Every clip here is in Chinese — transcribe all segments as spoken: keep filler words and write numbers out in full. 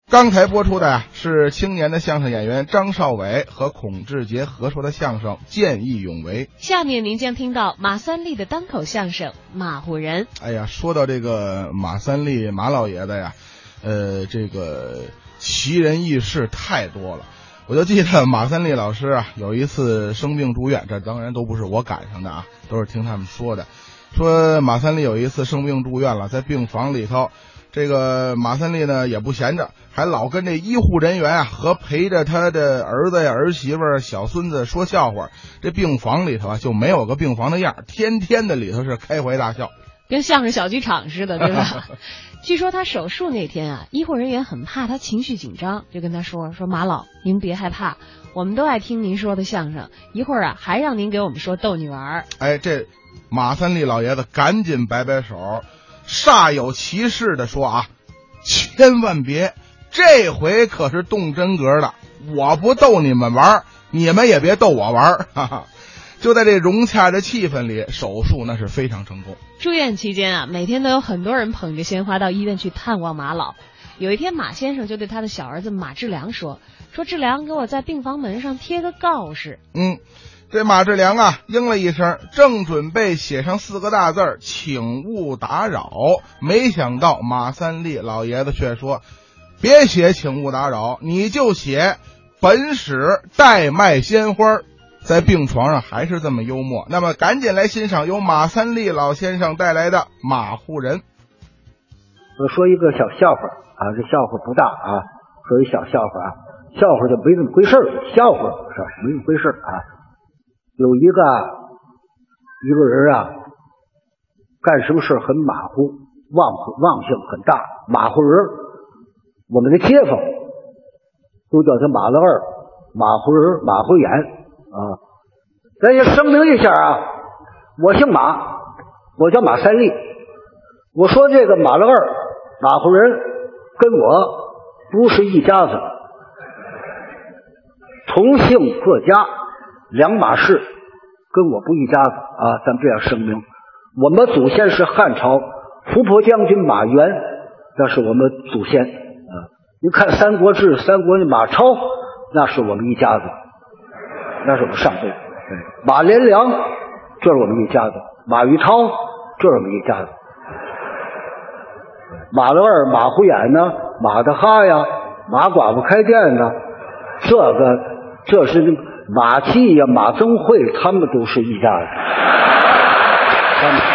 刚才播出的呀、啊、是青年的相声演员张少伟和孔志杰合说的相声《见义勇为》。 下面您将听到马三立的单口相声《马虎人》。 哎呀，说到这个马三立马老爷子呀，呃，这个奇人异事太多了。我就记得马三立老师啊，有一次生病住院，这当然都不是我赶上的啊，都是听他们说的。说马三立有一次生病住院了，在病房里头。这个马三立呢也不闲着，还老跟这医护人员啊和陪着他的儿子呀、儿媳妇、小孙子说笑话。这病房里头啊就没有个病房的样，天天的里头是开怀大笑， 跟相声小剧场似的，对吧？据说他手术那天啊，医护人员很怕他情绪紧张，就跟他说说马老，您别害怕，我们都爱听您说的相声，一会儿啊还让您给我们说逗你玩。 哎，这马三立老爷子赶紧摆摆手，煞有其事的说啊，千万别，这回可是动真格的，我不逗你们玩，你们也别逗我玩，哈哈。就在这融洽的气氛里，手术那是非常成功。 住院期间啊，每天都有很多人捧着鲜花到医院去探望马老。有一天，马先生就对他的小儿子马志良说：“说志良，给我在病房门上贴个告示。” 嗯。这马志良啊应了一声，正准备写上四个大字请勿打扰，没想到马三立老爷子却说，别写请勿打扰，你就写本使代卖鲜花。在病床上还是这么幽默。那么赶紧来欣赏由马三立老先生带来的马虎人。 我说一个小笑话啊，这笑话不大啊，说一小笑话啊，笑话就没那么回事儿，笑话是吧？没那么回事儿啊。有一个一个人啊，干什么事很马虎，忘忘性很大，马虎人。我们的街坊都叫他马老二、马虎人、马虎眼啊。咱也声明一下啊，我姓马，我叫马三立。我说这个马老二、马虎人跟我不是一家子，同姓各家。两码事，跟我不一家子啊！咱这样声明，我们祖先是汉朝伏波将军马援，那是我们祖先啊。你看《三国志》，三国的马超，那是我们一家子，那是我们上辈。马连良，这是我们一家子；马玉涛，这是我们一家子。马老二、马虎眼呢，马大哈呀，马寡妇开店呢，这个这是那个。马季呀、马增慧，他们都是一家人。他们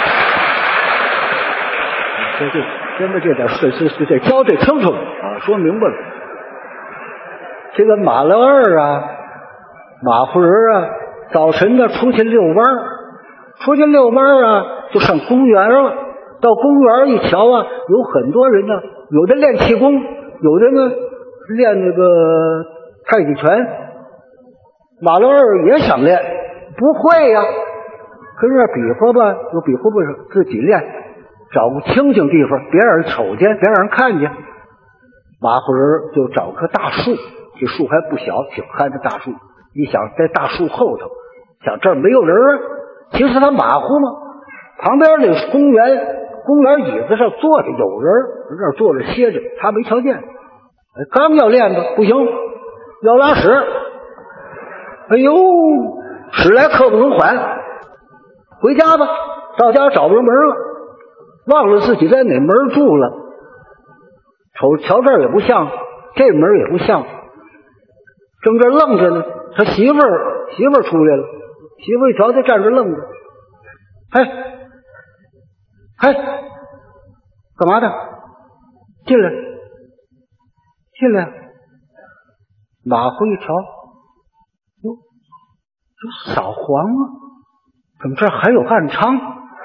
这这现在这点事是是得交代清楚啊，说明白了。这个马老二啊，马虎人啊，早晨呢出去遛弯儿，出去遛弯儿啊，就上公园了。到公园一瞧啊，有很多人呢，有的练气功，有的呢练那个太极拳。马老二也想练，不会呀、啊，跟这比划吧，又比划不上，自己练，找个清静地方，别让人瞅见，别让人看见。马虎人就找棵大树，这树还不小，挺憨的大树。一想在大树后头，想这儿没有人啊，其实他马虎嘛。旁边那公园，公园椅子上坐着有人，在那儿坐着歇着，他没瞧见。刚要练吧，不行，要拉屎。哎呦，使来刻不能缓，回家吧。到家找不着门了，忘了自己在哪门住了。瞅瞧这儿也不像，这门也不像，正这愣着呢。他媳妇儿媳妇儿出来了，媳妇儿一瞧他站着愣着，哎哎，干嘛的？进来进来。马虎一瞧，这扫黄啊，怎么这儿还有暗娼？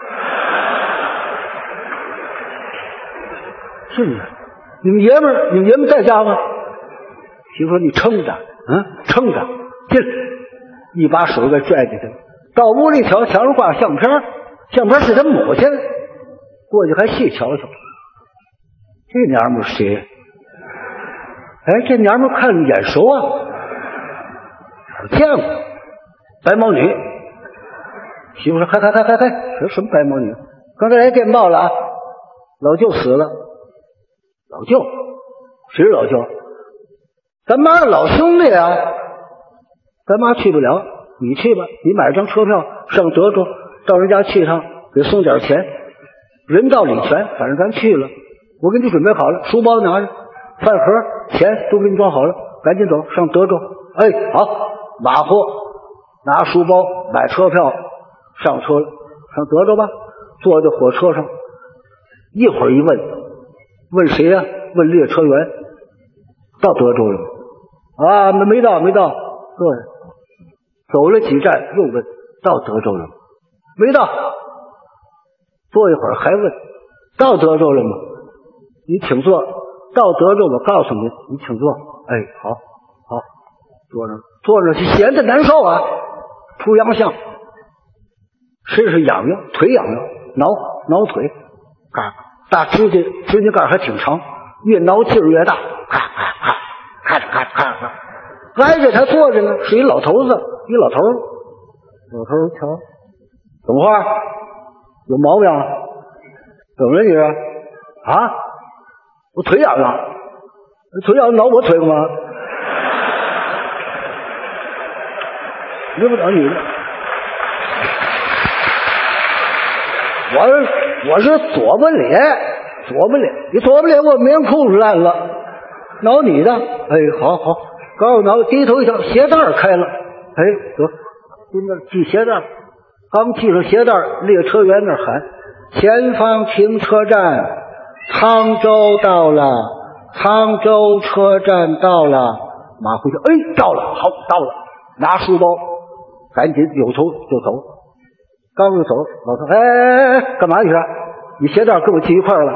进来，你们爷们儿，你们爷们在家吗？媳妇说你撑着，嗯，撑着，进来，一把手给拽进去了。到屋里瞧，墙上挂相片，相片是他母亲，过去还细瞧瞧，这娘们儿谁？哎，这娘们儿看着眼熟啊，见过。白毛女。媳妇说：“嗨嗨嗨嗨嗨，这什么白毛女？刚才来电报了啊，老舅死了。老舅？谁是老舅？ 咱妈老兄弟啊，咱妈去不了，你去吧，你买张车票上德州，到人家去一趟，给送点钱，人到礼全，反正咱去了，我给你准备好了，书包拿着，饭盒钱都给你装好了，赶紧走上德州。哎，好，马虎拿书包买车票上车了，上德州吧，坐在火车上，一会儿一问，问谁呀、啊？问列车员，到德州了吗？啊，没没到，没到。对，走了几站，又问，到德州了吗？没到。坐一会儿还问，到德州了吗？你请坐。到德州，我告诉你，你请坐。哎，好，好，坐着，坐着，闲着难受啊，出洋相，身上痒痒，腿痒痒，挠挠腿，嘎，大指甲指甲盖还挺长，越挠劲儿越大，咔咔咔，咔嚓咔嚓咔嚓。挨着他坐着呢，是一老头子，一老头，老头瞧，怎么话？有毛病？怎么了你？啊？我腿痒痒，腿痒挠我腿干嘛？你不找你的，我我是左不咧，左不咧，你左不咧，我棉裤子烂了，挠你的。哎，好好，告诉挠，低头一瞧，鞋带开了，哎，得，跟那系鞋带，刚系上鞋带，列车员那喊：前方停车站，沧州到了，沧州车站到了。马回去，哎，到了，好，到了，拿书包。赶紧扭头就走，刚一走，老头，哎哎哎，干嘛去？你鞋带跟我系一块了，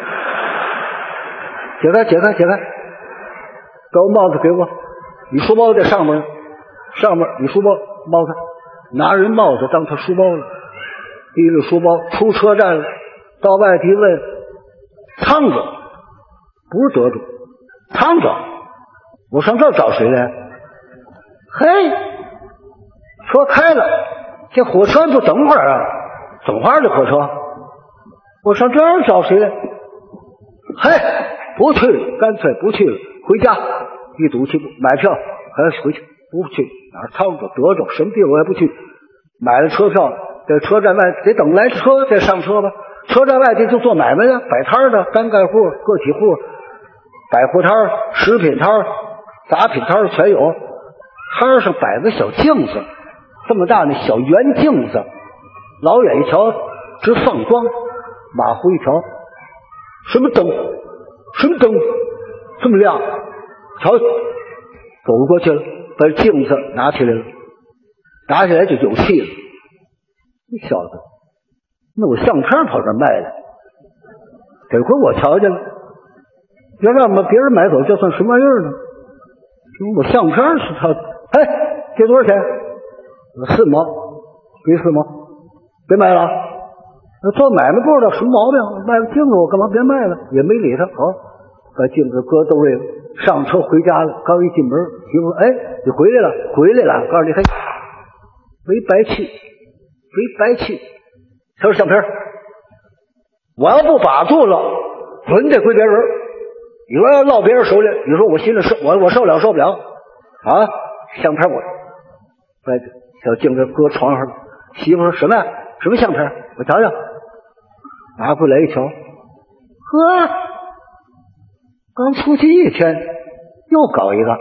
解开，解开，解开，把我帽子给我，你书包在上面，上面你书包帽子，拿人帽子当他书包了，提着书包出车站了，到外地问汤子，不是德州，汤子，我上这儿找谁来？嘿。车开了，这火车不等会儿啊？等会儿的火车，我上这儿找谁来？嘿，不去了，干脆不去了，回家一赌气买票，还要回去，不去哪儿？汤州、德州，什么地方我也不去。买了车票，在车站外得等来车再上车吧。车站外地就做买卖的，摆摊的，单干户、个体户，百货摊、食品摊、杂品摊全有。摊上摆个小镜子。这么大那小圆镜子，老远一瞧直放光，马虎一瞧，什么灯？什么灯？这么亮？瞧，走过去了，把镜子拿起来了，拿起来就有气了。这小子，那我相片跑这卖了，这回我瞧见了，别让别人买走，这算什么玩意儿呢？我相片是他，哎，这多少钱？四毛，给四毛，别卖了。做买卖不知道什么毛病，卖个镜子我干嘛别卖了？也没理他。好，把镜子搁兜里了，上车回家了。刚一进门，媳妇说：“哎，你回来了，回来了。”告诉你，嘿，没白去，没白去。他说：“相片，我要不把住了，准得归别人。你说要落别人手里，你说我心里受我我受了受不了啊？相片我，把小镜子搁床上了。媳妇说什么呀？什么相片？我瞧瞧。拿过来一瞧，呵，刚出去一天，又搞一个。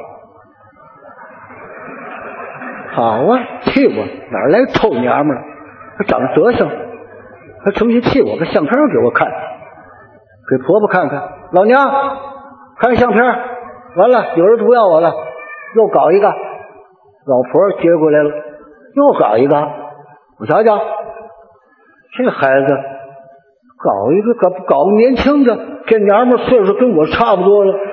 好啊，气我哪来臭娘们儿？他长德行，他成心气我，把相片给我看，给婆婆看看。老娘看相片，完了有人不要我了，又搞一个。老婆接过来了，又搞一个。我瞧瞧，这孩子搞一个搞搞年轻的，这娘们岁数跟我差不多了，